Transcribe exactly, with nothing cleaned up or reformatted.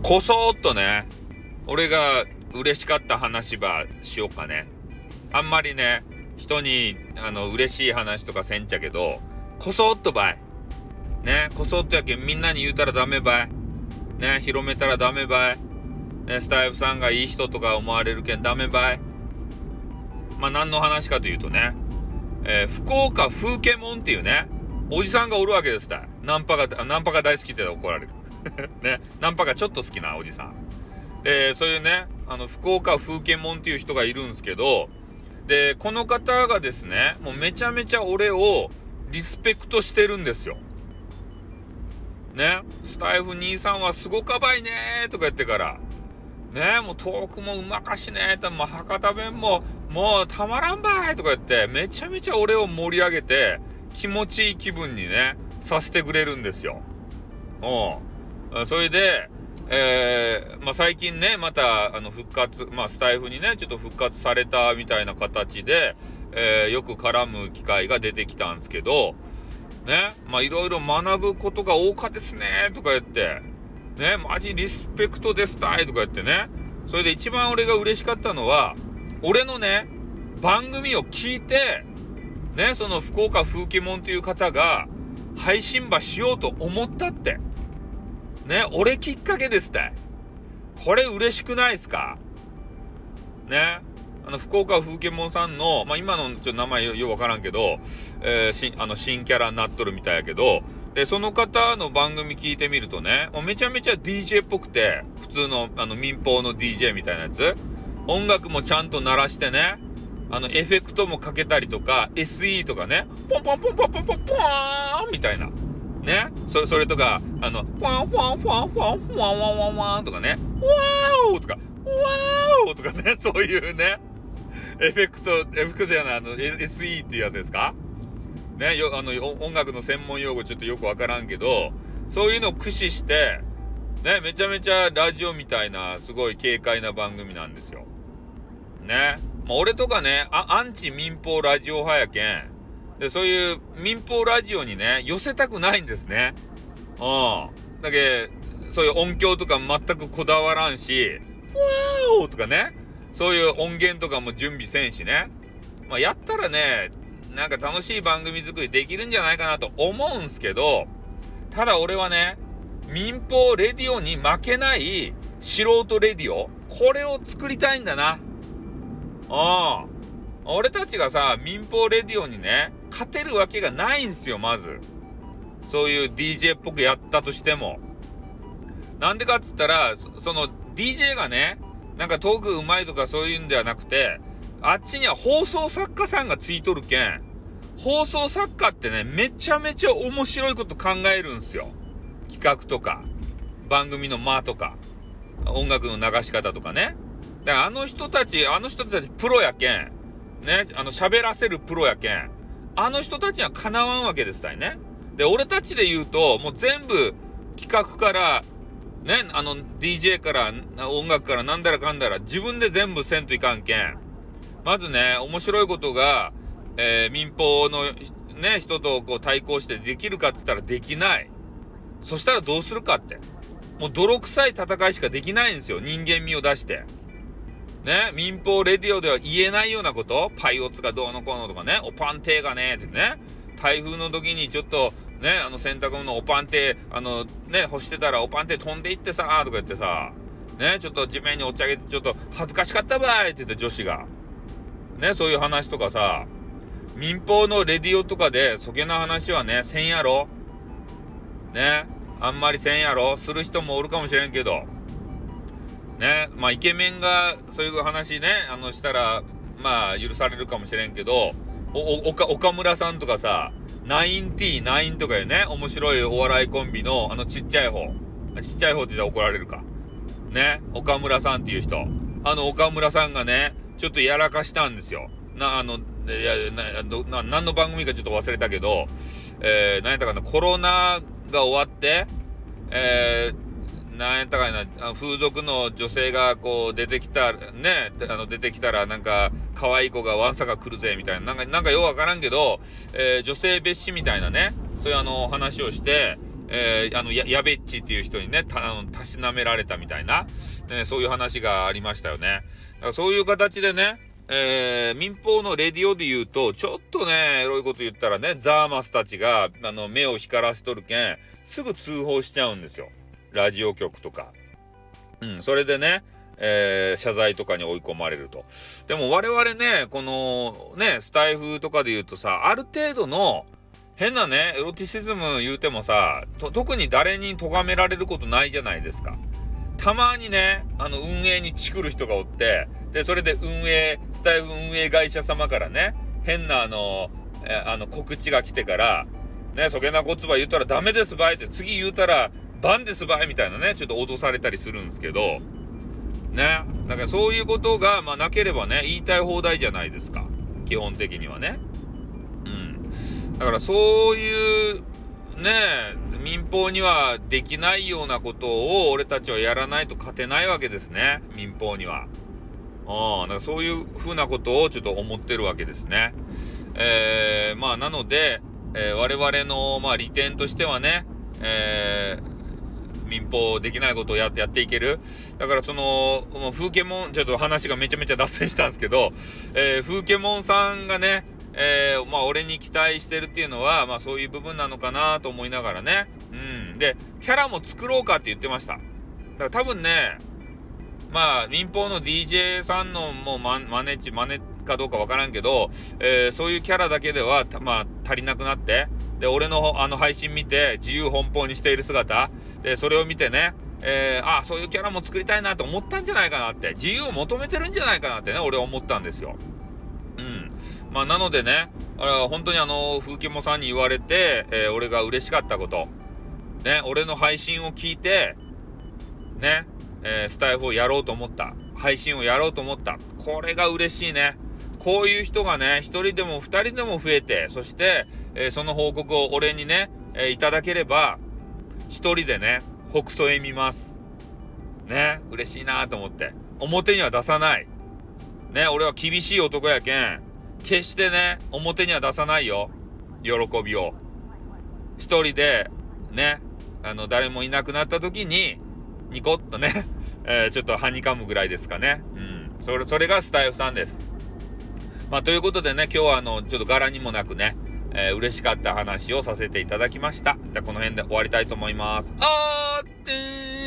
こそっとね、俺が嬉しかった話ばしようかね。あんまりね、人にあの嬉しい話とかせんちゃけど、こそっとばい。ね、こそっとやけんみんなに言うたらダメばい。ね、広めたらダメばい。ね、スタイフさんがいい人とか思われるけんダメばい。まあ何の話かというとね、えー、福岡風景もんっていうね、おじさんがおるわけですた。ナンパが、ナンパが大好きって怒られる。ね、ナンパがちょっと好きなおじさん。で、そういうね、あの、福岡風景もんっていう人がいるんですけど、で、この方がですね、もうめちゃめちゃ俺をリスペクトしてるんですよ。ね、スタイフ兄さんはすごかばいねーとか言ってから、ね、もうトークもうまかしねーと、もう博多弁ももうたまらんばいとか言って、めちゃめちゃ俺を盛り上げて、気持ちいい気分にね、させてくれるんですよ。うん。それで、えー、まあ、最近ね、また、あの、復活、まあ、スタイフにね、ちょっと復活されたみたいな形で、えー、よく絡む機会が出てきたんですけど、ね、まあ、いろいろ学ぶことが多かですね、とか言って、ね、マジリスペクトですたい、とか言ってね、それで一番俺が嬉しかったのは、俺のね、番組を聞いて、ね、その福岡風景もんという方が、配信ばしようと思ったって。ね、俺きっかけですって。これ嬉しくないですか？ね。あの、福岡風景もんさんの、まあ、今のちょっと名前よ、ようわからんけど、えー、し、あの、新キャラになっとるみたいやけど、で、その方の番組聞いてみるとね、もうめちゃめちゃ ディージェー っぽくて、普通の、あの、民放の ディージェー みたいなやつ。音楽もちゃんと鳴らしてね、あの、エフェクトもかけたりとか、エスイー とかね、ポンポンポンポンポンポンポーンみたいな。ね。それ、それとか、あの、ファンファンファンファンファンワンワンワンとかね、ワーオとか、ワーオとかね、そういうね、エフェクト、エフェクトじゃない、あの、エスイー っていうやつですかね、よ、あの、音楽の専門用語ちょっとよくわからんけど、そういうのを駆使して、ね、めちゃめちゃラジオみたいな、すごい軽快な番組なんですよ。ね。まあ、俺とかね、あ、アンチ民放ラジオ派やけん。で、そういう民放ラジオにね、寄せたくないんですね。うん。だけそういう音響とか全くこだわらんし、フワーオとかね、そういう音源とかも準備せんしね。まあ、やったらね、なんか楽しい番組作りできるんじゃないかなと思うんすけど、ただ俺はね、民放レディオに負けない素人レディオ、これを作りたいんだな。ああ。俺たちがさ、民放レディオにね、勝てるわけがないんすよ、まず。そういう ディージェー っぽくやったとしても。なんでかっつったら、そ, その ディージェー がね、なんかトーク上手いとかそういうんではなくて、あっちには放送作家さんがついとるけん、放送作家ってね、めちゃめちゃ面白いこと考えるんすよ。企画とか、番組の間とか、音楽の流し方とかね。だからあの人たち、あの人たちプロやけん、ね、あの喋らせるプロやけん、あの人たちにはかなわんわけですたいね。で、俺たちで言うと、もう全部企画から、ね、あの ディージェー から、音楽からなんだらかんだら自分で全部せんといかんけん。まずね、面白いことが、えー、民放のね、人とこう対抗してできるかって言ったらできない。そしたらどうするかって。もう泥臭い戦いしかできないんですよ。人間味を出して。ね、民放レディオでは言えないようなこと、パイオツがどうのこうのとかね、おパンテーがね、ってね、台風の時にちょっと、ね、あの洗濯物のおパンテー、あのね、干してたらおパンテー飛んでいってさ、とか言ってさ、ね、ちょっと地面に落ち上げて、ちょっと恥ずかしかったばいって言って女子が。ね、そういう話とかさ、民放のレディオとかで、そげな話はね、せんやろね、あんまりせんやろする人もおるかもしれんけど、ね、まあイケメンがそういう話ね、あのしたらまあ許されるかもしれんけど、おお岡岡村さんとかさ、ナインティナインとかいうね、面白いお笑いコンビのあのちっちゃい方、ちっちゃい方って言ったら怒られるか、ね、岡村さんっていう人、あの岡村さんがね、ちょっとやらかしたんですよ。なあのいやなな何の番組かちょっと忘れたけど、えー、何やったかな、コロナが終わって、えーなんやったかいな、風俗の女性がこう出てきたね、あの出てきたらなんか可愛い子がワンサが来るぜみたいな、なんかなんかよくわからんけど、えー、女性蔑視みたいなね、そういうあの話をして、 えー、あのややべっちっていう人にねたあのたしなめられたみたいな、ね、そういう話がありましたよね。だからそういう形でね、えー、民放のレディオで言うとちょっとねエロいこと言ったらねザーマスたちがあの目を光らせとるけんすぐ通報しちゃうんですよ、ラジオ局とか。うん、それでね、えー、謝罪とかに追い込まれると。でも我々ねこのねスタイフとかで言うとさ、ある程度の変なねエロティシズム言うてもさ、と特に誰に咎められることないじゃないですか。たまにねあの運営にチクる人がおって、でそれで運営スタイフ運営会社様からね変なあのえあの告知が来てからね、そげなこつば言ったらダメですばいって次言うたらバンですばいみたいなねちょっと脅されたりするんですけどね。だからそういうことがまあなければね言いたい放題じゃないですか、基本的にはね。だからそういうね民放にはできないようなことを俺たちはやらないと勝てないわけですね、民放には。ああ、だからそういうふうなことをちょっと思ってるわけですね。えー、まあなので、えー、我々のまあ利点としてはね、えー、民放できないことを や, やっていける。だからその風景もんちょっと話がめちゃめちゃ脱線したんですけど、えー、風景もんさんがねえー、まあ俺に期待してるっていうのはまあそういう部分なのかなと思いながらね。うんでキャラも作ろうかって言ってました。だから多分ねまあ民放の ディージェー さんのもうまマネチマネかどうかわからんけど、えー、そういうキャラだけではまあ足りなくなって、で俺のあの配信見て自由奔放にしている姿でそれを見てね、えー、あそういうキャラも作りたいなと思ったんじゃないかなって、自由を求めてるんじゃないかなってね俺は思ったんですよ。うんまあなのでね、あ本当にあの風景もさんに言われて、えー、俺が嬉しかったことね、俺の配信を聞いてね、えー、スタイフをやろうと思った、配信をやろうと思った、これが嬉しいね。こういう人がね一人でも二人でも増えて、そして、えー、その報告を俺にね、えー、いただければ一人でね北総へ見ますね。嬉しいなと思って、表には出さないね、俺は厳しい男やけん決してね表には出さないよ、喜びを。一人でねあの誰もいなくなった時にニコッとね、えー、ちょっとはにかむぐらいですかね。うんそれそれがスタイフさんです。まあということでね今日はあのちょっと柄にもなくね、えー、嬉しかった話をさせていただきました。じゃあこの辺で終わりたいと思います。あーってー